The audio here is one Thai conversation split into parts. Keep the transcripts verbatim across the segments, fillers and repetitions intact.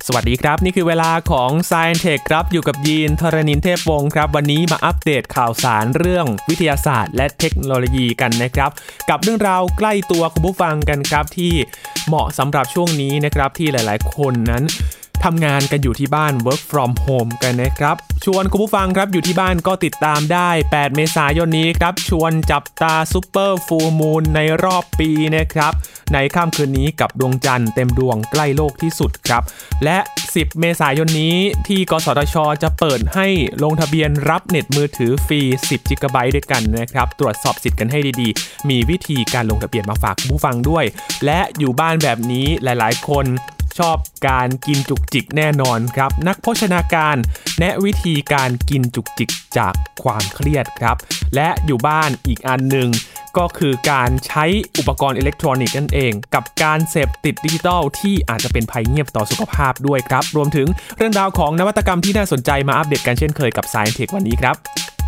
สวัสดีครับนี่คือเวลาของ Science Tech ครับอยู่กับยีนธรณินทร์เทพวงศ์ครับวันนี้มาอัปเดตข่าวสารเรื่องวิทยาศาสตร์และเทคโนโลยีกันนะครับกับเรื่องราวใกล้ตัวคุณผู้ฟังกันครับที่เหมาะสำหรับช่วงนี้นะครับที่หลายๆคนนั้นทำงานกันอยู่ที่บ้าน work from home กันนะครับชวนคุณผู้ฟังครับอยู่ที่บ้านก็ติดตามได้แปดเมษายนนี้ครับชวนจับตาซุปเปอร์ฟูลมูนในรอบปีนะครับในค่ำคืนนี้กับดวงจันทร์เต็มดวงใกล้โลกที่สุดครับและสิบเมษายนนี้ที่กสทช.จะเปิดให้ลงทะเบียนรับเน็ตมือถือฟรีสิบจิกะไบต์ด้วยกันนะครับตรวจสอบสิทธิ์กันให้ดีๆมีวิธีการลงทะเบียนมาฝากผู้ฟังด้วยและอยู่บ้านแบบนี้หลายๆคนชอบการกินจุกจิกแน่นอนครับนักโภชนาการแนะวิธีการกินจุกจิกจากความเครียดครับและอยู่บ้านอีกอันหนึ่งก็คือการใช้อุปกรณ์อิเล็กทรอนิกส์นั่นเองกับการเสพติดดิจิทัลที่อาจจะเป็นภัยเงียบต่อสุขภาพด้วยครับรวมถึงเรื่องราวของนวัตกรรมที่น่าสนใจมาอัปเดตกันเช่นเคยกับ Science Tech วันนี้ครับ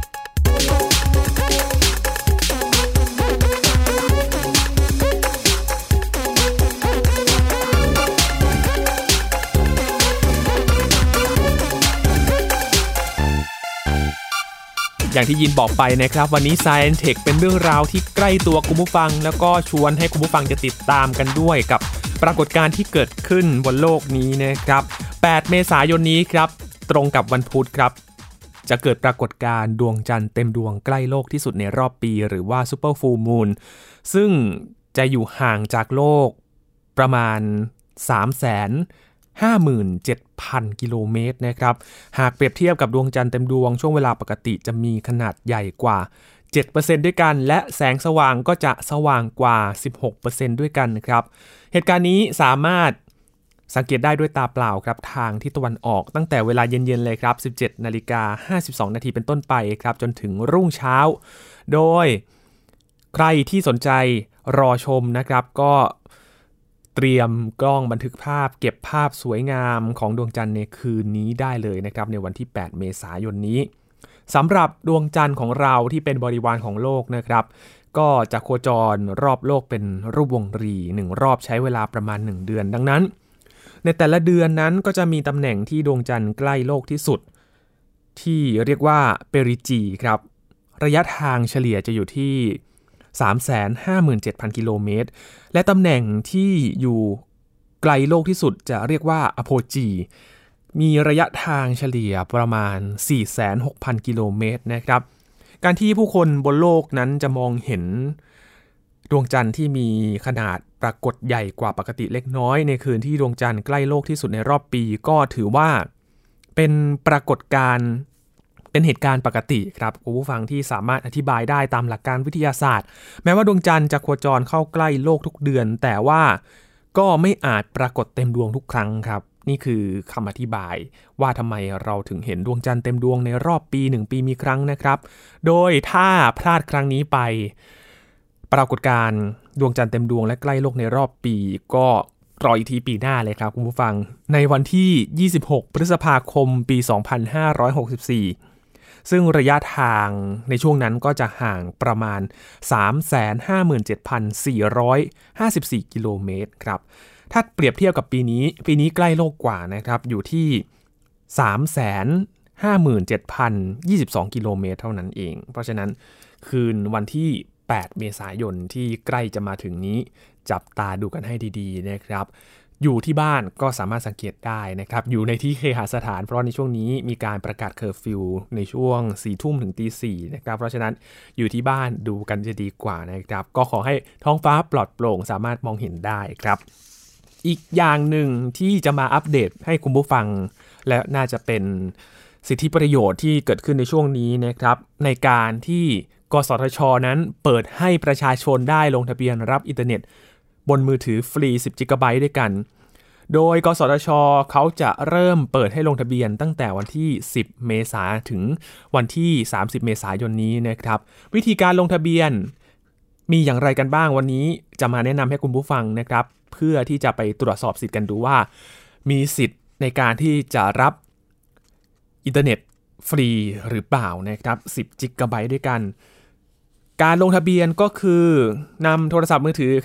อย่างที่ยินบอกไปนะครับวันนี้ Science Tech เป็นเรื่องราวที่ใกล้ตัวคุณผู้ฟังแล้วก็ชวนให้คุณผู้ฟังจะติดตามกันด้วยกับปรากฏการณ์ที่เกิดขึ้นบนโลกนี้นะครับแปดเมษายนนี้ครับตรงกับวันพุธครับจะเกิดปรากฏการณ์ดวงจันทร์เต็มดวงใกล้โลกที่สุดในรอบปีหรือว่า Super Full Moon ซึ่งจะอยู่ห่างจากโลกประมาณ สามแสนห้าหมื่นเจ็ดพัน กิโลเมตรนะครับหากเปรียบเทียบกับดวงจันทร์เต็มดวงช่วงเวลาปกติจะมีขนาดใหญ่กว่า เจ็ดเปอร์เซ็นต์ ด้วยกันและแสงสว่างก็จะสว่างกว่า สิบหกเปอร์เซ็นต์ ด้วยกันครับเหตุการณ์นี้สามารถสังเกตได้ด้วยตาเปล่าครับทางทิศตะวันออกตั้งแต่เวลาเย็นๆเลยครับ สิบเจ็ดนาฬิกาห้าสิบสองนาทีเป็นต้นไปครับจนถึงรุ่งเช้าโดยใครที่สนใจรอชมนะครับก็เตรียมกล้องบันทึกภาพเก็บภาพสวยงามของดวงจันทร์ในคืนนี้ได้เลยนะครับในวันที่แปดเมษายนนี้สำหรับดวงจันทร์ของเราที่เป็นบริวารของโลกนะครับก็จะโคจรรอบโลกเป็นรูปวงรีหนึ่งรอบใช้เวลาประมาณหนึ่งเดือนดังนั้นในแต่ละเดือนนั้นก็จะมีตำแหน่งที่ดวงจันทร์ใกล้โลกที่สุดที่เรียกว่าเปริจีครับระยะทางเฉลี่ยจะอยู่ที่สามแสนห้าหมื่นเจ็ดพัน กิโลเมตรและตำแหน่งที่อยู่ไกลโลกที่สุดจะเรียกว่าอโพจีมีระยะทางเฉลี่ยประมาณ สี่แสนหกพัน กิโลเมตรนะครับการที่ผู้คนบนโลกนั้นจะมองเห็นดวงจันทร์ที่มีขนาดปรากฏใหญ่กว่าปกติเล็กน้อยในคืนที่ดวงจันทร์ใกล้โลกที่สุดในรอบปีก็ถือว่าเป็นปรากฏการณ์เป็นเหตุการณ์ปกติครับคุณผู้ฟังที่สามารถอธิบายได้ตามหลักการวิทยาศาสตร์แม้ว่าดวงจันทร์จะโคจรเข้าใกล้โลกทุกเดือนแต่ว่าก็ไม่อาจปรากฏเต็มดวงทุกครั้งครับนี่คือคำอธิบายว่าทำไมเราถึงเห็นดวงจันทร์เต็มดวงในรอบปีหนึ่งปีมีครั้งนะครับโดยถ้าพลาดครั้งนี้ไปปรากฏการณ์ดวงจันทร์เต็มดวงและใกล้โลกในรอบปีก็รออีกทีปีหน้าเลยครับคุณผู้ฟังในวันที่ยี่สิบหกพฤษภาคมปีสองพันห้าร้อยหกสิบสี่ซึ่งระยะทางในช่วงนั้นก็จะห่างประมาณ สามแสนห้าหมื่นเจ็ดพันสี่ร้อยห้าสิบสี่ กิโลเมตรครับถ้าเปรียบเทียบกับปีนี้ปีนี้ใกล้โลกกว่านะครับอยู่ที่ สามแสนห้าหมื่นเจ็ดพันยี่สิบสอง กิโลเมตรเท่านั้นเองเพราะฉะนั้นคืนวันที่แปดเมษายนที่ใกล้จะมาถึงนี้จับตาดูกันให้ดีๆนะครับอยู่ที่บ้านก็สามารถสังเกตได้นะครับอยู่ในที่เคหสถานเพราะในช่วงนี้มีการประกาศเคอร์ฟิวในช่วงสี่ทุ่มถึงตีสี่นะครับเพราะฉะนั้นอยู่ที่บ้านดูกันจะดีกว่านะครับก็ขอให้ท้องฟ้าปลอดโปร่งสามารถมองเห็นได้ครับอีกอย่างหนึ่งที่จะมาอัปเดตให้คุณผู้ฟังและน่าจะเป็นสิทธิประโยชน์ที่เกิดขึ้นในช่วงนี้นะครับในการที่กสทช.นั้นเปิดให้ประชาชนได้ลงทะเบียนรับอินเทอร์เน็ตบนมือถือฟรีสิบจิกะไบต์ด้วยกันโดยกสทช.เขาจะเริ่มเปิดให้ลงทะเบียนตั้งแต่วันที่สิบเมษายนถึงวันที่สามสิบเมษายนนี้นะครับวิธีการลงทะเบียนมีอย่างไรกันบ้างวันนี้จะมาแนะนำให้คุณผู้ฟังนะครับเพื่อที่จะไปตรวจสอบสิทธิ์กันดูว่ามีสิทธิ์ในการที่จะรับอินเทอร์เน็ตฟรีหรือเปล่านะครับสิบจิกะไบต์ด้วยกันการลงทะเบียนก็คือนำโทรศัพท์มือถือครับ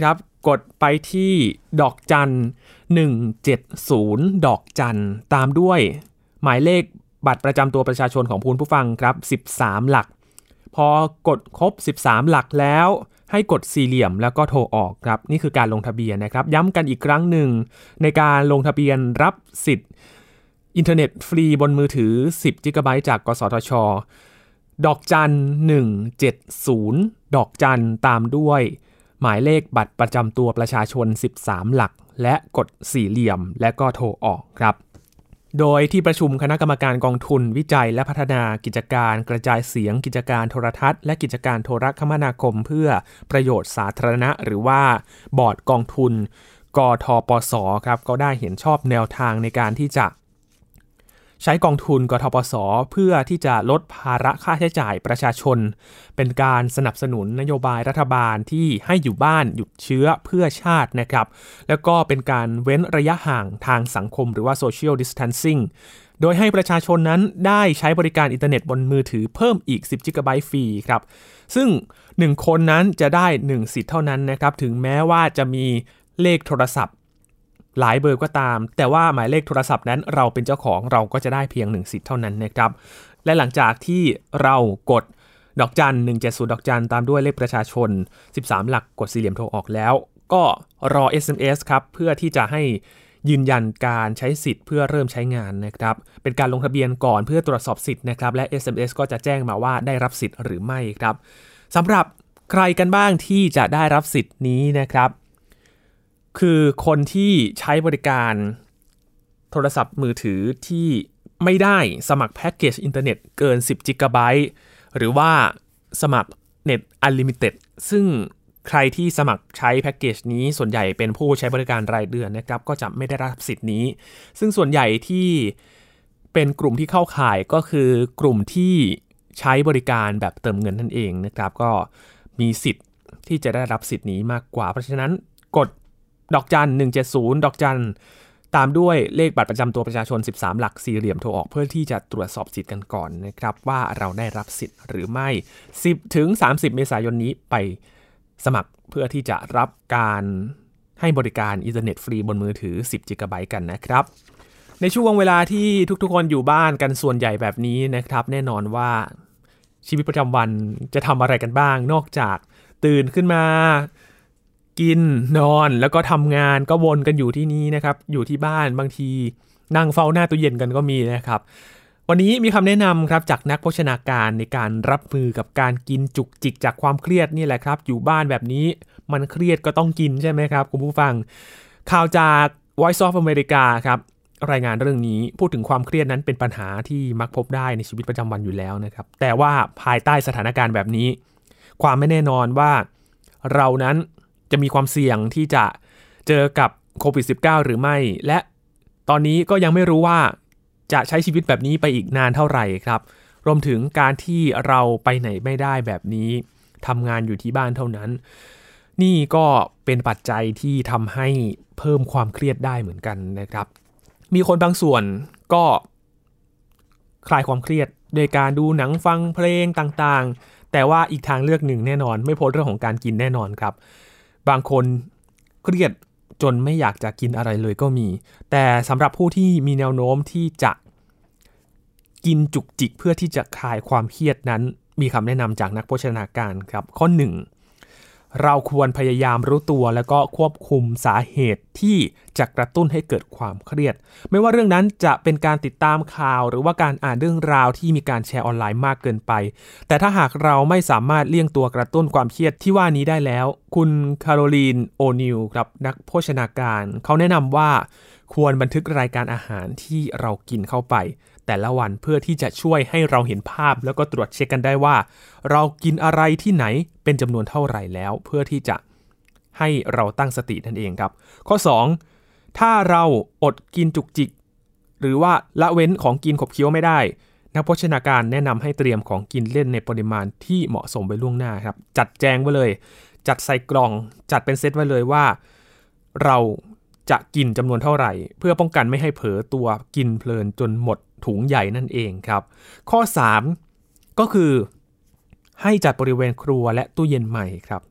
กดไปที่ดอกจันหนึ่งเจ็ดศูนย์ดอกจันตามด้วยหมายเลขบัตรประจำตัวประชาชนของคุณผู้ฟังครับสิบสามหลักพอกดครบสิบสามหลักแล้วให้กดสี่เหลี่ยมแล้วก็โทรออกครับนี่คือการลงทะเบียนนะครับย้ำกันอีกครั้งหนึ่งในการลงทะเบียนรับสิทธิ์อินเทอร์เน็ตฟรีบนมือถือสิบจิกะไบต์จากกสทช.ดอกจันหนึ่งเจ็ดศูนย์ดอกจันตามด้วยหมายเลขบัตรประจำตัวประชาชนสิบสามหลักและกดสี่เหลี่ยมและก็โทรออกครับโดยที่ประชุมคณะกรรมการกองทุนวิจัยและพัฒนากิจการกระจายเสียงกิจการโทรทัศน์และกิจการโทรคมนาคมเพื่อประโยชน์สาธารณะหรือว่าบอร์ดกองทุนกทปสครับก็ได้เห็นชอบแนวทางในการที่จะใช้กองทุนกทปสเพื่อที่จะลดภาระค่าใช้จ่ายประชาชนเป็นการสนับสนุนนโยบายรัฐบาลที่ให้อยู่บ้านหยุดเชื้อเพื่อชาตินะครับแล้วก็เป็นการเว้นระยะห่างทางสังคมหรือว่า social distancing โดยให้ประชาชนนั้นได้ใช้บริการอินเทอร์เน็ตบนมือถือเพิ่มอีกสิบจิกะไบต์ฟรีครับซึ่งหนึ่งคนนั้นจะได้หนึ่งสิทธิ์เท่านั้นนะครับถึงแม้ว่าจะมีเลขโทรศัพท์หลายเบอร์ก็ตามแต่ว่าหมายเลขโทรศัพท์นั้นเราเป็นเจ้าของเราก็จะได้เพียงหนึ่งสิทธิ์เท่านั้นนะครับและหลังจากที่เรากดดอกจันหนึ่งเจ็ดศูนย์ดอกจันตามด้วยเลขประชาชนสิบสามหลักกดสี่เหลี่ยมโทรออกแล้วก็รอ เอส เอ็ม เอส ครับเพื่อที่จะให้ยืนยันการใช้สิทธิ์เพื่อเริ่มใช้งานนะครับเป็นการลงทะเบียนก่อนเพื่อตรวจสอบสิทธิ์นะครับและ เอส เอ็ม เอส ก็จะแจ้งมาว่าได้รับสิทธิ์หรือไม่ครับสำหรับใครกันบ้างที่จะได้รับสิทธิ์นี้นะครับคือคนที่ใช้บริการโทรศัพท์มือถือที่ไม่ได้สมัครแพ็กเกจอินเทอร์เน็ตเกินสิบจิกะไบต์หรือว่าสมัครเน็ตอันลิมิเต็ดซึ่งใครที่สมัครใช้แพ็กเกจนี้ส่วนใหญ่เป็นผู้ใช้บริการรายเดือนนะครับก็จะไม่ได้รับสิทธิ์นี้ซึ่งส่วนใหญ่ที่เป็นกลุ่มที่เข้าข่ายก็คือกลุ่มที่ใช้บริการแบบเติมเงินนั่นเองนะครับก็มีสิทธิ์ที่จะได้รับสิทธิ์นี้มากกว่าเพราะฉะนั้นกดดอกจันหนึ่งเจ็ดศูนย์ดอกจันตามด้วยเลขบัตรประจำตัวประชาชนสิบสามหลักสี่เหลี่ยมโทรออกเพื่อที่จะตรวจสอบสิทธิ์กันก่อนนะครับว่าเราได้รับสิทธิ์หรือไม่สิบถึงสามสิบเมษายนนี้ไปสมัครเพื่อที่จะรับการให้บริการอินเทอร์เน็ตฟรีบนมือถือสิบจิกะไบต์กันนะครับในช่วงเวลาที่ทุกๆคนอยู่บ้านกันส่วนใหญ่แบบนี้นะครับแน่นอนว่าชีวิตประจำวันจะทำอะไรกันบ้างนอกจากตื่นขึ้นมากินนอนแล้วก็ทำงานก็วนกันอยู่ที่นี่นะครับอยู่ที่บ้านบางทีนั่งเฝ้าหน้าตู้เย็นกันก็มีนะครับวันนี้มีคำแนะนำครับจากนักโภชนาการในการรับมือกับการกินจุกจิกจากความเครียดนี่แหละครับอยู่บ้านแบบนี้มันเครียดก็ต้องกินใช่ไหมครับคุณผู้ฟังข่าวจาก Voice of America ครับรายงานเรื่องนี้พูดถึงความเครียดนั้นเป็นปัญหาที่มักพบได้ในชีวิตประจำวันอยู่แล้วนะครับแต่ว่าภายใต้สถานการณ์แบบนี้ความไม่แน่นอนว่าเรานั้นจะมีความเสี่ยงที่จะเจอกับโควิด สิบเก้า หรือไม่และตอนนี้ก็ยังไม่รู้ว่าจะใช้ชีวิตแบบนี้ไปอีกนานเท่าไหร่ครับรวมถึงการที่เราไปไหนไม่ได้แบบนี้ทำงานอยู่ที่บ้านเท่านั้นนี่ก็เป็นปัจจัยที่ทำให้เพิ่มความเครียดได้เหมือนกันนะครับมีคนบางส่วนก็คลายความเครียดโดยการดูหนังฟังเพลงต่างๆแต่ว่าอีกทางเลือกหนึ่งแน่นอนไม่พ้นเรื่องของการกินแน่นอนครับบางคนเครียดจนไม่อยากจะกินอะไรเลยก็มีแต่สำหรับผู้ที่มีแนวโน้มที่จะกินจุกจิกเพื่อที่จะคลายความเครียดนั้นมีคำแนะนำจากนักโภชนาการครับข้อหนึ่งเราควรพยายามรู้ตัวแล้วก็ควบคุมสาเหตุที่จะกระตุ้นให้เกิดความเครียดไม่ว่าเรื่องนั้นจะเป็นการติดตามข่าวหรือว่าการอ่านเรื่องราวที่มีการแชร์ออนไลน์มากเกินไปแต่ถ้าหากเราไม่สามารถเลี่ยงตัวกระตุ้นความเครียดที่ว่านี้ได้แล้วคุณคาโรลีนโอนิลครับนักโภชนาการเขาแนะนำว่าควรบันทึกรายการอาหารที่เรากินเข้าไปแต่ละวันเพื่อที่จะช่วยให้เราเห็นภาพแล้วก็ตรวจเช็คกันได้ว่าเรากินอะไรที่ไหนเป็นจำนวนเท่าไหร่แล้วเพื่อที่จะให้เราตั้งสตินั่นเองครับข้อสองถ้าเราอดกินจุกจิกหรือว่าละเว้นของกินขบเคี้ยวไม่ได้นักโภชนาการแนะนำให้เตรียมของกินเล่นในปริมาณที่เหมาะสมไว้ล่วงหน้าครับจัดแจงไว้เลยจัดใส่กล่องจัดเป็นเซตไว้เลยว่าเราจะกินจำนวนเท่าไหร่เพื่อป้องกันไม่ให้เผลอตัวกินเพลินจนหมดถุงใหญ่นั่นเองครับข้อสามก็คือให้จัดบริเวณครัวและตู้เย็นใหม่ครับ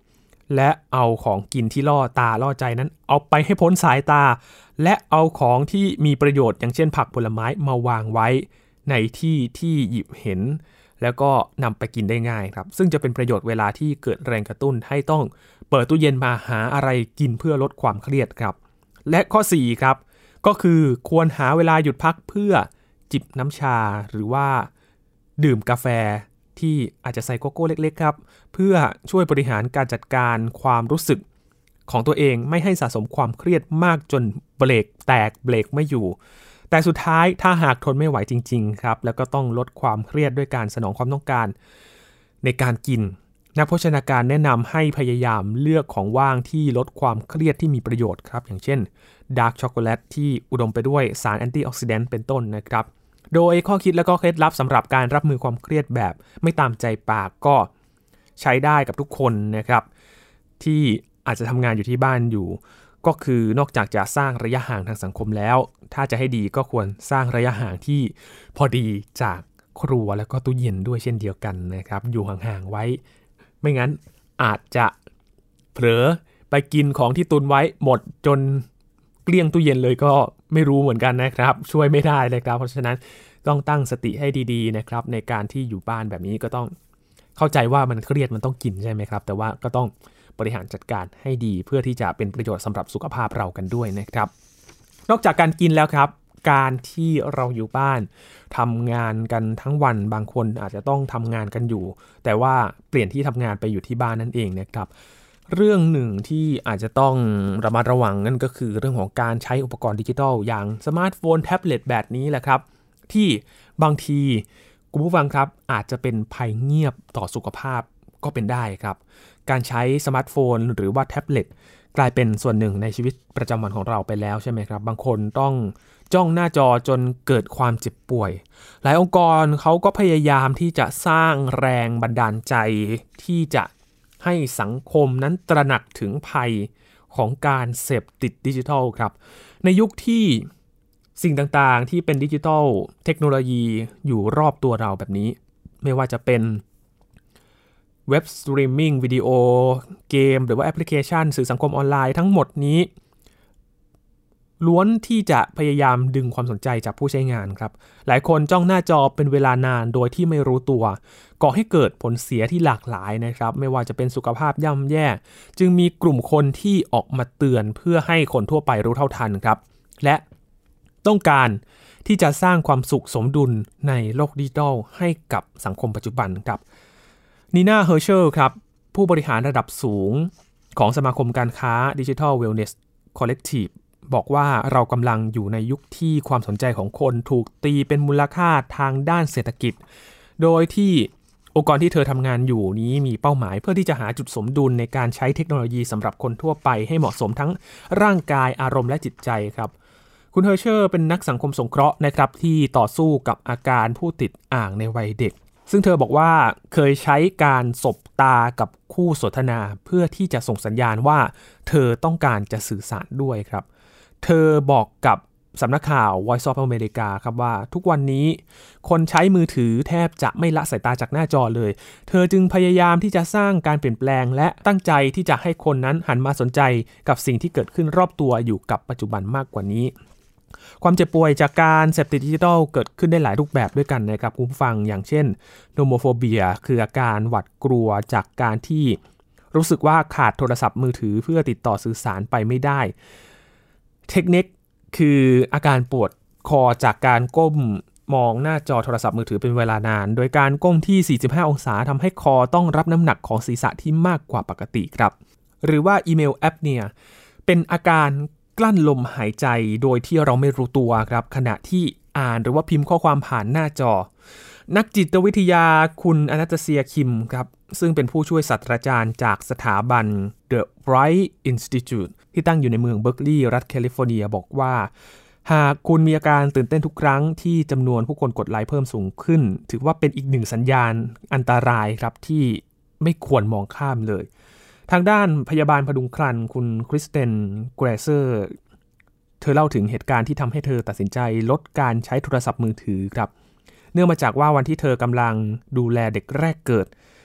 และเอาของกินที่ล่อตาล่อใจนั้นเอาไปให้พ้นสายตาและเอาของที่มีประโยชน์อย่างเช่นผักผลไม้มาวางไว้ในที่ที่หยิบเห็นแล้วก็นำไปกินได้ง่ายครับซึ่งจะเป็นประโยชน์เวลาที่เกิดแรงกระตุ้นให้ต้องเปิดตู้เย็นมาหาอะไรกินเพื่อลดความเครียดครับและข้อสี่ครับก็คือควรหาเวลาหยุดพักเพื่อจิบน้ำชาหรือว่าดื่มกาแฟที่อาจจะใส่โกโก้เล็กๆครับเพื่อช่วยบริหารการจัดการความรู้สึกของตัวเองไม่ให้สะสมความเครียดมากจนเบรกแตกเบรกไม่อยู่แต่สุดท้ายถ้าหากทนไม่ไหวจริงๆครับแล้วก็ต้องลดความเครียดด้วยการสนองความต้องการในการกินนักโภชนาการแนะนำให้พยายามเลือกของว่างที่ลดความเครียดที่มีประโยชน์ครับอย่างเช่นดาร์กช็อกโกแลตที่อุดมไปด้วยสารแอนตี้ออกซิแดนต์เป็นต้นนะครับโดยข้อคิดและก็เคล็ดลับสำหรับการรับมือความเครียดแบบไม่ตามใจปากก็ใช้ได้กับทุกคนนะครับที่อาจจะทำงานอยู่ที่บ้านอยู่ก็คือนอกจากจะสร้างระยะห่างทางสังคมแล้วถ้าจะให้ดีก็ควรสร้างระยะห่างที่พอดีจากครัวแล้วก็ตู้เย็นด้วยเช่นเดียวกันนะครับอยู่ห่างๆไว้ไม่งั้นอาจจะเผลอไปกินของที่ตุนไว้หมดจนเกลี้ยงตู้เย็นเลยก็ไม่รู้เหมือนกันนะครับช่วยไม่ได้เลยครับเพราะฉะนั้นต้องตั้งสติให้ดีๆนะครับในการที่อยู่บ้านแบบนี้ก็ต้องเข้าใจว่ามันเครียดมันต้องกินใช่ไหมครับแต่ว่าก็ต้องบริหารจัดการให้ดีเพื่อที่จะเป็นประโยชน์สำหรับสุขภาพเรากันด้วยนะครับนอกจากการกินแล้วครับการที่เราอยู่บ้านทำงานกันทั้งวันบางคนอาจจะต้องทำงานกันอยู่แต่ว่าเปลี่ยนที่ทำงานไปอยู่ที่บ้านนั่นเองนะครับเรื่องหนึ่งที่อาจจะต้องระมัดระวังนั่นก็คือเรื่องของการใช้อุปกรณ์ดิจิทัลอย่างสมาร์ทโฟนแท็บเล็ตแบบนี้แหละครับที่บางทีคุณผู้ฟังครับอาจจะเป็นภัยเงียบต่อสุขภาพก็เป็นได้ครับการใช้สมาร์ทโฟนหรือว่าแท็บเล็ตกลายเป็นส่วนหนึ่งในชีวิตประจำวันของเราไปแล้วใช่ไหมครับบางคนต้องจ้องหน้าจอจนเกิดความเจ็บป่วยหลายองค์กรเขาก็พยายามที่จะสร้างแรงบันดาลใจที่จะให้สังคมนั้นตระหนักถึงภัยของการเสพติดดิจิทัลครับในยุคที่สิ่งต่างๆที่เป็นดิจิทัลเทคโนโลยีอยู่รอบตัวเราแบบนี้ไม่ว่าจะเป็นเว็บสตรีมมิ่งวิดีโอเกมหรือว่าแอปพลิเคชันสื่อสังคมออนไลน์ทั้งหมดนี้ล้วนที่จะพยายามดึงความสนใจจากผู้ใช้งานครับหลายคนจ้องหน้าจอเป็นเวลานานโดยที่ไม่รู้ตัวก่อให้เกิดผลเสียที่หลากหลายนะครับไม่ว่าจะเป็นสุขภาพย่ำแย่จึงมีกลุ่มคนที่ออกมาเตือนเพื่อให้คนทั่วไปรู้เท่าทันครับและต้องการที่จะสร้างความสุขสมดุลในโลกดิจิทัลให้กับสังคมปัจจุบันครับนีน่าเฮอร์เชลครับผู้บริหารระดับสูงของสมาคมการค้า Digital Wellness Collective บอกว่าเรากำลังอยู่ในยุคที่ความสนใจของคนถูกตีเป็นมูลค่าทางด้านเศรษฐกิจโดยที่องค์กรที่เธอทำงานอยู่นี้มีเป้าหมายเพื่อที่จะหาจุดสมดุลในการใช้เทคโนโลยีสำหรับคนทั่วไปให้เหมาะสมทั้งร่างกายอารมณ์และจิตใจครับคุณเฮอร์เชอร์เป็นนักสังคมสงเคราะห์นะครับที่ต่อสู้กับอาการผู้ติดอ่างในวัยเด็กซึ่งเธอบอกว่าเคยใช้การสบตากับคู่สนทนาเพื่อที่จะส่งสัญญาณว่าเธอต้องการจะสื่อสารด้วยครับเธอบอกกับสำนักข่าว Voice of America ครับว่าทุกวันนี้คนใช้มือถือแทบจะไม่ละสายตาจากหน้าจอเลยเธอจึงพยายามที่จะสร้างการเปลี่ยนแปลงและตั้งใจที่จะให้คนนั้นหันมาสนใจกับสิ่งที่เกิดขึ้นรอบตัวอยู่กับปัจจุบันมากกว่านี้ความเจ็บป่วยจากการเสพติดดิจิทัลเกิดขึ้นได้หลายรูปแบบด้วยกันนะครับคุณผู้ฟังอย่างเช่นโนโมโฟเบียคืออาการหวาดกลัวจากการที่รู้สึกว่าขาดโทรศัพท์มือถือเพื่อติดต่อสื่อสารไปไม่ได้เทคนิคคืออาการปวดคอจากการก้มมองหน้าจอโทรศัพท์มือถือเป็นเวลานานโดยการก้มที่สี่สิบห้าองศาทำให้คอต้องรับน้ำหนักของศีรษะที่มากกว่าปกติครับหรือว่าอีเมลแอปเนี่ยเป็นอาการกลั้นลมหายใจโดยที่เราไม่รู้ตัวครับขณะที่อ่านหรือว่าพิมพ์ข้อความผ่านหน้าจอนักจิตวิทยาคุณอนาตาเซียคิมครับซึ่งเป็นผู้ช่วยศาสตราจารย์จากสถาบัน The Wright Institute ที่ตั้งอยู่ในเมืองเบิร์กลีย์รัฐแคลิฟอร์เนียบอกว่าหากคุณมีอาการตื่นเต้นทุกครั้งที่จำนวนผู้คนกดไลค์เพิ่มสูงขึ้นถือว่าเป็นอีกหนึ่งสัญญาณอันตรายครับที่ไม่ควรมองข้ามเลยทางด้านพยาบาลพดุงครรภ์คุณคริสเตนเกรเซอร์เธอเล่าถึงเหตุการณ์ที่ทำให้เธอตัดสินใจลดการใช้โทรศัพท์มือถือครับเนื่องมาจากว่าวันที่เธอกำลังดูแลเด็กแรกเกิด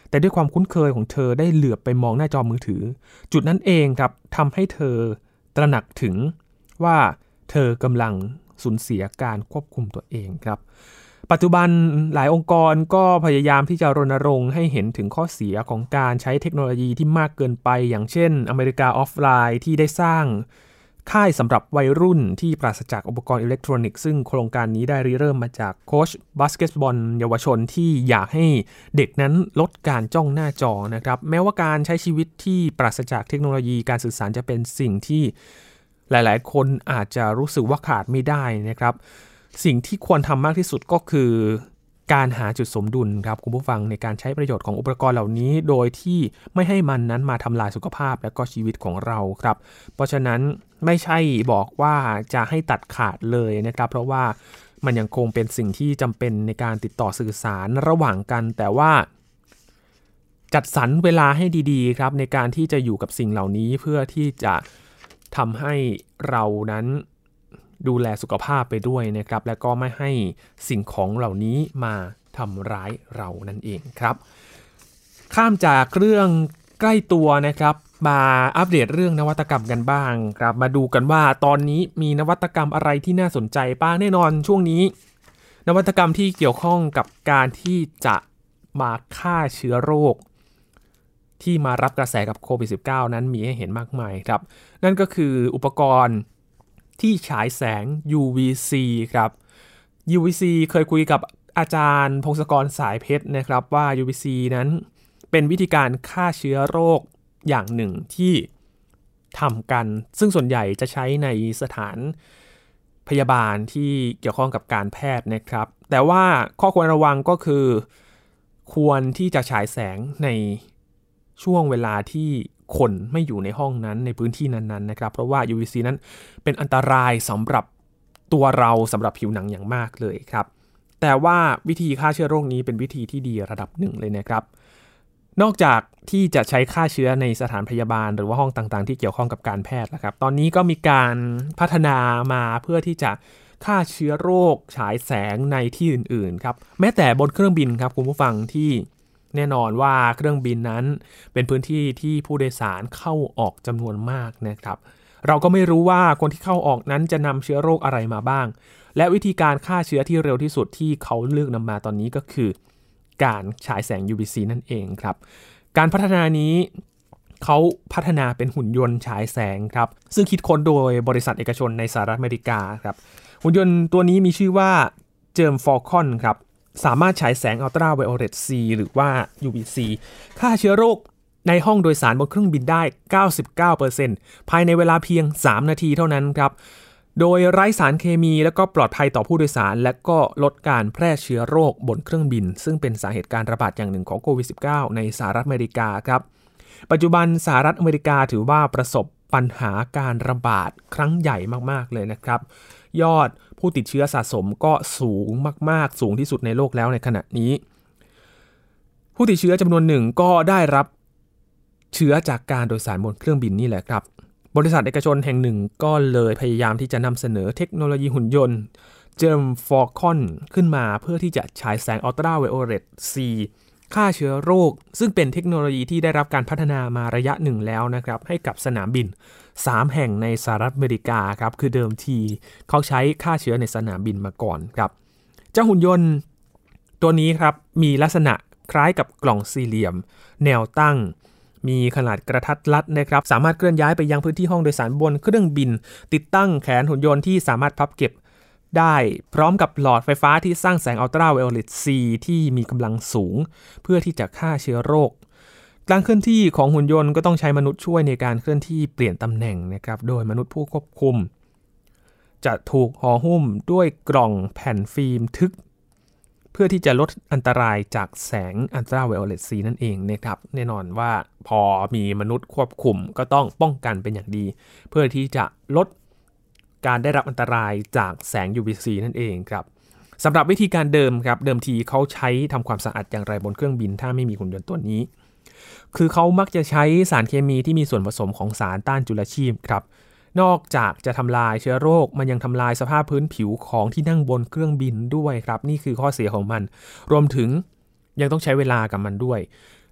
แต่ด้วยความคุ้นเคยของเธอได้เหลือบไปมองหน้าจอมือถือจุดนั้นเองครับทำให้เธอตระหนักถึงว่าเธอกำลังสูญเสียการควบคุมตัวเองครับปัจจุบันหลายองค์กรก็พยายามที่จะรณรงค์ให้เห็นถึงข้อเสียของการใช้เทคโนโลยีที่มากเกินไปอย่างเช่นอเมริกาออฟไลน์ที่ได้สร้างค่ายสำหรับวัยรุ่นที่ปราศจากอุปกรณ์อิเล็กทรอนิกส์ซึ่งโครงการนี้ได้ริเริ่มมาจากโค้ชบาสเกตบอลเยาวชนที่อยากให้เด็กนั้นลดการจ้องหน้าจอนะครับแม้ว่าการใช้ชีวิตที่ปราศจากเทคโนโลยีการสื่อสารจะเป็นสิ่งที่หลายๆคนอาจจะรู้สึกว่าขาดไม่ได้นะครับสิ่งที่ควรทำมากที่สุดก็คือการหาจุดสมดุลครับคุณผู้ฟังในการใช้ประโยชน์ของอุปกรณ์เหล่านี้โดยที่ไม่ให้มันนั้นมาทำลายสุขภาพและก็ชีวิตของเราครับเพราะฉะนั้นไม่ใช่บอกว่าจะให้ตัดขาดเลยนะครับเพราะว่ามันยังคงเป็นสิ่งที่จำเป็นในการติดต่อสื่อสารระหว่างกันแต่ว่าจัดสรรเวลาให้ดีๆครับในการที่จะอยู่กับสิ่งเหล่านี้เพื่อที่จะทำให้เรานั้นดูแลสุขภาพไปด้วยนะครับและก็ไม่ให้สิ่งของเหล่านี้มาทำร้ายเรานั่นเองครับข้ามจากเรื่องใกล้ตัวนะครับมาอัปเดตเรื่องนวัตกรรมกันบ้างครับมาดูกันว่าตอนนี้มีนวัตกรรมอะไรที่น่าสนใจบ้างแน่นอนช่วงนี้นวัตกรรมที่เกี่ยวข้องกับการที่จะมาฆ่าเชื้อโรคที่มารับกระแสกับโควิด สิบเก้า นั้นมีให้เห็นมากมายครับนั่นก็คืออุปกรณ์ที่ฉายแสง ยู วี ซี ครับ ยู วี ซี เคยคุยกับอาจารย์พงศกรสายเพชรนะครับว่า ยู วี ซี นั้นเป็นวิธีการฆ่าเชื้อโรคอย่างหนึ่งที่ทำกันซึ่งส่วนใหญ่จะใช้ในสถานพยาบาลที่เกี่ยวข้องกับการแพทย์นะครับแต่ว่าข้อควรระวังก็คือควรที่จะฉายแสงในช่วงเวลาที่คนไม่อยู่ในห้องนั้นในพื้นที่นั้นๆนะครับเพราะว่า ยู วี ซี นั้นเป็นอันตรายสำหรับตัวเราสำหรับผิวหนังอย่างมากเลยครับแต่ว่าวิธีฆ่าเชื้อโรคนี้เป็นวิธีที่ดีระดับหนึ่งเลยนะครับนอกจากที่จะใช้ฆ่าเชื้อในสถานพยาบาลหรือว่าห้องต่างๆที่เกี่ยวข้องกับการแพทย์นะครับตอนนี้ก็มีการพัฒนามาเพื่อที่จะฆ่าเชื้อโรคฉายแสงในที่อื่นๆครับแม้แต่บนเครื่องบินครับคุณผู้ฟังที่แน่นอนว่าเครื่องบินนั้นเป็นพื้นที่ที่ผู้โดยสารเข้าออกจำนวนมากนะครับเราก็ไม่รู้ว่าคนที่เข้าออกนั้นจะนำเชื้อโรคอะไรมาบ้างและวิธีการฆ่าเชื้อที่เร็วที่สุดที่เขาเลือกนำมาตอนนี้ก็คือการฉายแสง ยู วี ซี นั่นเองครับการพัฒนานี้เขาพัฒนาเป็นหุ่นยนต์ฉายแสงครับซึ่งคิดค้นโดยบริษัทเอกชนในสหรัฐอเมริกาครับหุ่นยนต์ตัวนี้มีชื่อว่าเจิมฟอลคอนครับสามารถฉายแสงอัลตราไวโอเลต C หรือว่า ยู วี ซี ฆ่าเชื้อโรคในห้องโดยสารบนเครื่องบินได้ เก้าสิบเก้าเปอร์เซ็นต์ ภายในเวลาเพียงสามนาทีเท่านั้นครับโดยไร้สารเคมีและก็ปลอดภัยต่อผู้โดยสารและก็ลดการแพร่เชื้อโรคบนเครื่องบินซึ่งเป็นสาเหตุการระบาดอย่างหนึ่งของโควิด สิบเก้า ในสหรัฐอเมริกาครับปัจจุบันสหรัฐอเมริกาถือว่าประสบปัญหาการระบาดครั้งใหญ่มากๆเลยนะครับยอดผู้ติดเชื้อสะสมก็สูงมากๆสูงที่สุดในโลกแล้วในขณะนี้ผู้ติดเชื้อจำนวนหนึ่งก็ได้รับเชื้อจากการโดยสารบนเครื่องบินนี่แหละครับบริษัทเอกชนแห่งหนึ่งก็เลยพยายามที่จะนำเสนอเทคโนโลยีหุ่นยนต์เจิมฟอลคอนขึ้นมาเพื่อที่จะฉายแสงอัลตราไวโอเลต C ฆ่าเชื้อโรคซึ่งเป็นเทคโนโลยีที่ได้รับการพัฒนามาระยะหนึ่งแล้วนะครับให้กับสนามบินสามแห่งในสหรัฐอเมริกาครับคือเดิมทีเขาใช้ฆ่าเชื้อในสนามบินมาก่อนครับเจ้าหุ่นยนต์ตัวนี้ครับมีลักษณะคล้ายกับกล่องสี่เหลี่ยมแนวตั้งมีขนาดกระทัดรัดนะครับสามารถเคลื่อนย้ายไปยังพื้นที่ห้องโดยสารบนเครื่องบินติดตั้งแขนหุ่นยนต์ที่สามารถพับเก็บได้พร้อมกับหลอดไฟฟ้าที่สร้างแสงอัลตราไวโอเลต C ที่มีกำลังสูงเพื่อที่จะฆ่าเชื้อโรคการเคลื่อนที่ของหุ่นยนต์ก็ต้องใช้มนุษย์ช่วยในการเคลื่อนที่เปลี่ยนตำแหน่งนะครับโดยมนุษย์ผู้ควบคุมจะถูกห่อหุ้มด้วยกล่องแผ่นฟิล์มทึบเพื่อที่จะลดอันตรายจากแสงอัลตราไวโอเลต C นั่นเองนะครับแน่นอนว่าพอมีมนุษย์ควบคุมก็ต้องป้องกันเป็นอย่างดีเพื่อที่จะลดการได้รับอันตรายจากแสง ยู วี ซี นั่นเองครับสำหรับวิธีการเดิมครับเดิมทีเขาใช้ทำความสะอาดอย่างไรบนเครื่องบินถ้าไม่มีหุ่นยนต์ตัวนี้คือเขามักจะใช้สารเคมีที่มีส่วนผสมของสารต้านจุลชีพครับนอกจากจะทำลายเชื้อโรคมันยังทำลายสภาพพื้นผิวของที่นั่งบนเครื่องบินด้วยครับนี่คือข้อเสียของมันรวมถึงยังต้องใช้เวลากับมันด้วย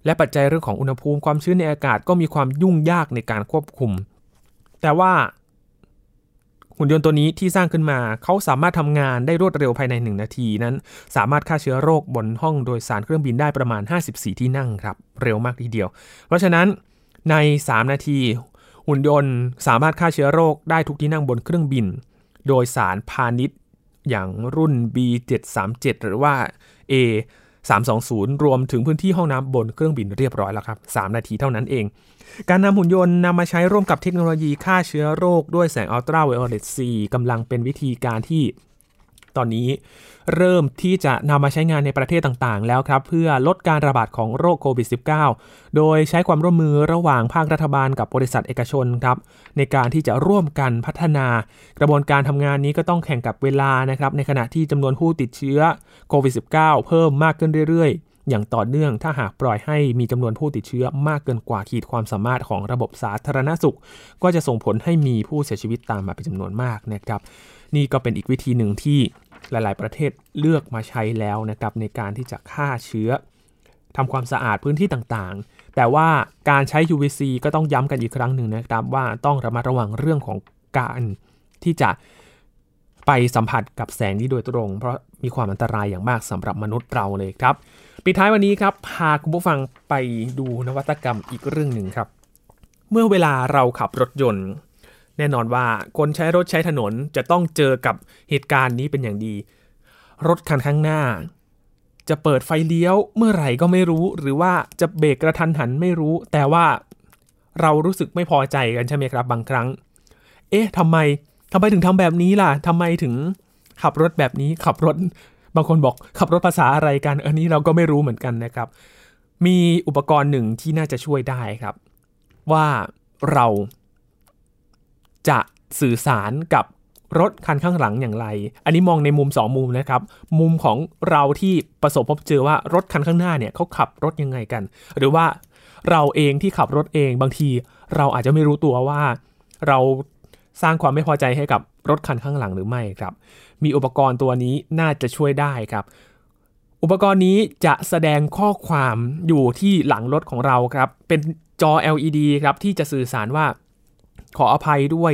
และปัจจัยเรื่องของอุณหภูมิความชื้นในอากาศก็มีความยุ่งยากในการควบคุมแต่ว่าหุ่นยนต์ตัวนี้ที่สร้างขึ้นมาเขาสามารถทำงานได้รวดเร็วภายในหนึ่งนาทีนั้นสามารถฆ่าเชื้อโรคบนห้องโดยสารเครื่องบินได้ประมาณห้าสิบสี่ที่นั่งครับเร็วมากทีเดียวเพราะฉะนั้นในสามนาทีหุ่นยนต์สามารถฆ่าเชื้อโรคได้ทุกที่นั่งบนเครื่องบินโดยสารพาณิชย์อย่างรุ่น บี เจ็ดสามเจ็ด หรือว่า เอ สามสองศูนย์ รวมถึงพื้นที่ห้องน้ำบนเครื่องบินเรียบร้อยแล้วครับสามนาทีเท่านั้นเองการนำหุ่นยนต์นำมาใช้ร่วมกับเทคโนโลยีฆ่าเชื้อโรคด้วยแสงอัลตราไวโอเลต ซี กำลังเป็นวิธีการที่ตอนนี้เริ่มที่จะนำมาใช้งานในประเทศต่างๆแล้วครับเพื่อลดการระบาดของโรคโควิด สิบเก้า โดยใช้ความร่วมมือระหว่างภาครัฐบาลกับบริษัทเอกชนครับในการที่จะร่วมกันพัฒนากระบวนการทำงานนี้ก็ต้องแข่งกับเวลานะครับในขณะที่จำนวนผู้ติดเชื้อโควิด สิบเก้า เพิ่มมากขึ้นเรื่อยๆอย่างต่อเนื่องถ้าหากปล่อยให้มีจำนวนผู้ติดเชื้อมากเกินกว่าขีดความสามารถของระบบสาธารณสุขก็จะส่งผลให้มีผู้เสียชีวิตตามมาเป็นจำนวนมากนะครับนี่ก็เป็นอีกวิธีหนึ่งที่หลายๆประเทศเลือกมาใช้แล้วนะครับในการที่จะฆ่าเชื้อทำความสะอาดพื้นที่ต่างๆแต่ว่าการใช้ ยู วี ซี ก็ต้องย้ำกันอีกครั้งหนึ่งนะครับว่าต้องระมัดระวังเรื่องของการที่จะไปสัมผัสกับแสงนี้โดยตรงเพราะมีความอันตรายอย่างมากสำหรับมนุษย์เราเลยครับปิดท้ายวันนี้ครับพาคุณผู้ฟังไปดูนวัตกรรมอีกเรื่องหนึ่งครับเมื่อเวลาเราขับรถยนต์แน่นอนว่าคนใช้รถใช้ถนนจะต้องเจอกับเหตุการณ์นี้เป็นอย่างดีรถคันข้างหน้าจะเปิดไฟเลี้ยวเมื่อไหร่ก็ไม่รู้หรือว่าจะเบรกกระทันหันไม่รู้แต่ว่าเรารู้สึกไม่พอใจกันใช่ไหมครับบางครั้งเอ๊ะทำไมทำไมถึงทำแบบนี้ล่ะทำไมถึงขับรถแบบนี้ขับรถบางคนบอกขับรถภาษาอะไรกันอันนี้เราก็ไม่รู้เหมือนกันนะครับมีอุปกรณ์หนึ่งที่น่าจะช่วยได้ครับว่าเราจะสื่อสารกับรถคันข้างหลังอย่างไรอันนี้มองในมุมสองมุมนะครับมุมของเราที่ประสบพบเจอว่ารถคันข้างหน้าเนี่ยเขาขับรถยังไงกันหรือว่าเราเองที่ขับรถเองบางทีเราอาจจะไม่รู้ตัวว่าเราสร้างความไม่พอใจให้กับรถคันข้างหลังหรือไม่ครับมีอุปกรณ์ตัวนี้น่าจะช่วยได้ครับอุปกรณ์นี้จะแสดงข้อความอยู่ที่หลังรถของเราครับเป็นจอ แอล อี ดี ครับที่จะสื่อสารว่าขออภัยด้วย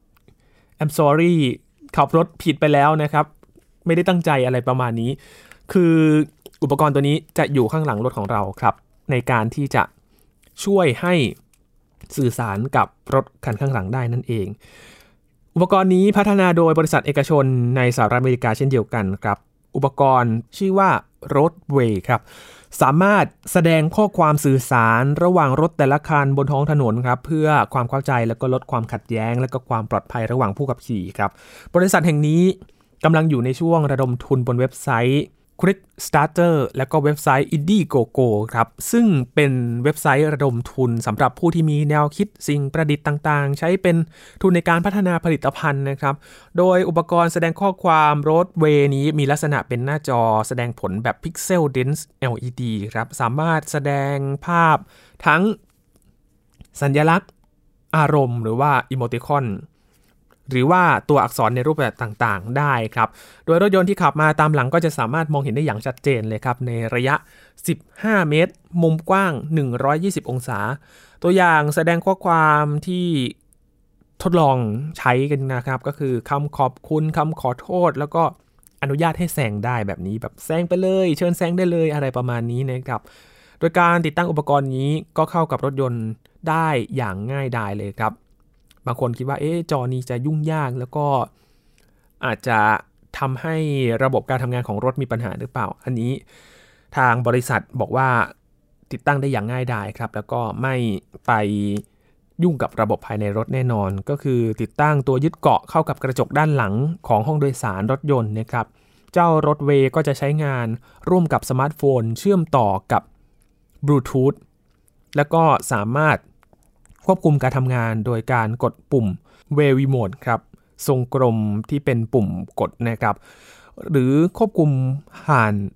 I'm sorry ขับรถผิดไปแล้วนะครับไม่ได้ตั้งใจอะไรประมาณนี้คืออุปกรณ์ตัวนี้จะอยู่ข้างหลังรถของเราครับในการที่จะช่วยให้สื่อสารกับรถคันข้างหลังได้นั่นเองอุปกรณ์นี้พัฒนาโดยบริษัทเอกชนในสหรัฐอเมริกาเช่นเดียวกันครับอุปกรณ์ชื่อว่า Roadway ครับสามารถแสดงข้อความสื่อสารระหว่างรถแต่ละคันบนท้องถนนครับเพื่อความเข้าใจและก็ลดความขัดแย้งและก็ความปลอดภัยระหว่างผู้ขับขี่ครับบริษัทแห่งนี้กำลังอยู่ในช่วงระดมทุนบนเว็บไซต์ Kickstarter และก็เว็บไซต์ Indiegogo ครับซึ่งเป็นเว็บไซต์ระดมทุนสำหรับผู้ที่มีแนวคิดสิ่งประดิษฐ์ต่างๆใช้เป็นทุนในการพัฒนาผลิตภัณฑ์นะครับโดยอุปกรณ์แสดงข้อความ Roadway นี้มีลักษณะเป็นหน้าจอแสดงผลแบบ Pixel Dense แอล อี ดี ครับสามารถแสดงภาพทั้งสัญลักษณ์อารมณ์หรือว่า Emoticonหรือว่าตัวอักษรในรูปแบบต่างๆได้ครับโดยรถยนต์ที่ขับมาตามหลังก็จะสามารถมองเห็นได้อย่างชัดเจนเลยครับในระยะสิบห้าเมตรมุมกว้างหนึ่งร้อยยี่สิบองศาตัวอย่างแสดงข้อความที่ทดลองใช้กันนะครับก็คือคำขอบคุณคำขอโทษแล้วก็อนุญาตให้แซงได้แบบนี้แบบแซงไปเลยเชิญแซงได้เลยอะไรประมาณนี้นะครับโดยการติดตั้งอุปกรณ์นี้ก็เข้ากับรถยนต์ได้อย่างง่ายดายเลยครับบางคนคิดว่าเอ๊ะจอนี้จะยุ่งยากแล้วก็อาจจะทำให้ระบบการทำงานของรถมีปัญหาหรือเปล่าอันนี้ทางบริษัทบอกว่าติดตั้งได้อย่างง่ายดายครับแล้วก็ไม่ไปยุ่งกับระบบภายในรถแน่นอนก็คือติดตั้งตัวยึดเกาะเข้ากับกระจกด้านหลังของห้องโดยสารรถยนต์นะครับเจ้ารถเวย์ก็จะใช้งานร่วมกับสมาร์ทโฟนเชื่อมต่อกับบลูทูธแล้วก็สามารถควบคุมการทำงานโดยการกดปุ่ม Wave Remote ครับทรงกลมที่เป็นปุ่มกดนะครับหรือควบคุมผ่าน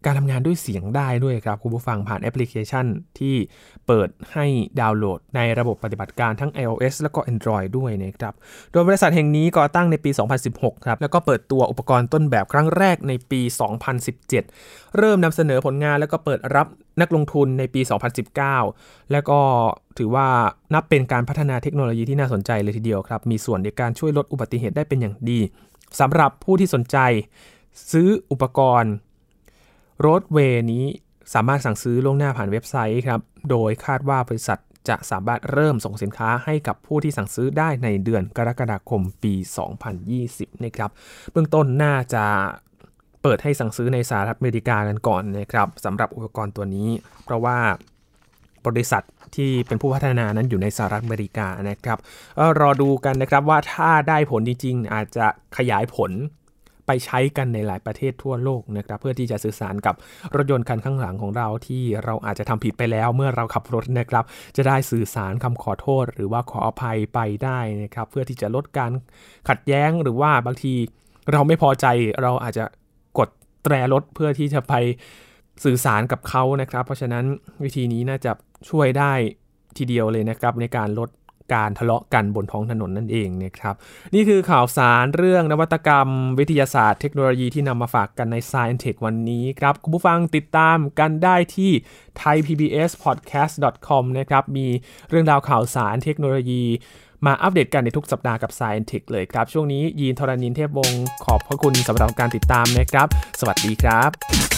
การทำงานด้วยเสียงได้ด้วยครับคุณผู้ฟังผ่านแอปพลิเคชันที่เปิดให้ดาวน์โหลดในระบบปฏิบัติการทั้ง iOS แล้วก็ Android ด้วยนะครับโดยบริษัทแห่งนี้ก่อตั้งในปี สองพันสิบหก ครับแล้วก็เปิดตัวอุปกรณ์ต้นแบบครั้งแรกในปี สองพันสิบเจ็ด เริ่มนำเสนอผลงานแล้วก็เปิดรับนักลงทุนในปี สองพันสิบเก้า แล้วก็ถือว่านับเป็นการพัฒนาเทคโนโลยีที่น่าสนใจเลยทีเดียวครับมีส่วนในการช่วยลดอุบัติเหตุได้เป็นอย่างดีสำหรับผู้ที่สนใจซื้ออุปกรณ์Roadway นี้สามารถสั่งซื้อล่วงหน้าผ่านเว็บไซต์ครับโดยคาดว่าบริษัทจะสามารถเริ่มส่งสินค้าให้กับผู้ที่สั่งซื้อได้ในเดือนกรกฎาคมปี สองพันยี่สิบ นะครับเบื้องต้นน่าจะเปิดให้สั่งซื้อในสหรัฐอเมริกากันก่อนนะครับสำหรับอุปกรณ์ตัวนี้เพราะว่าบริษัทที่เป็นผู้พัฒนานั้นอยู่ในสหรัฐอเมริกานะครับรอดูกันนะครับว่าถ้าได้ผลจริงๆอาจจะขยายผลไปใช้กันในหลายประเทศทั่วโลกนะครับเพื่อที่จะสื่อสารกับรถยนต์คันข้างหลังของเราที่เราอาจจะทำผิดไปแล้วเมื่อเราขับรถนะครับจะได้สื่อสารคำขอโทษหรือว่าขออภัยไปได้นะครับเพื่อที่จะลดการขัดแย้งหรือว่าบางทีเราไม่พอใจเราอาจจะกดแตรรถเพื่อที่จะไปสื่อสารกับเขานะครับเพราะฉะนั้นวิธีนี้น่าจะช่วยได้ทีเดียวเลยนะครับในการลดการทะเลาะกันบนท้องถนนนั่นเองนะครับนี่คือข่าวสารเรื่องนวัตกรรมวิทยาศาสตร์เทคโนโลยีที่นำมาฝากกันใน Science Tech วันนี้ครับคุณผู้ฟังติดตามกันได้ที่ ไทย พี บี เอส พอดแคสต์ ดอท คอม นะครับมีเรื่องราวข่าวสารเทคโนโลยีมาอัปเดตกันในทุกสัปดาห์กับ Science Tech เลยครับช่วงนี้ยีนทรณินเทพวงศ์ขอบพระคุณสำหรับการติดตามนะครับสวัสดีครับ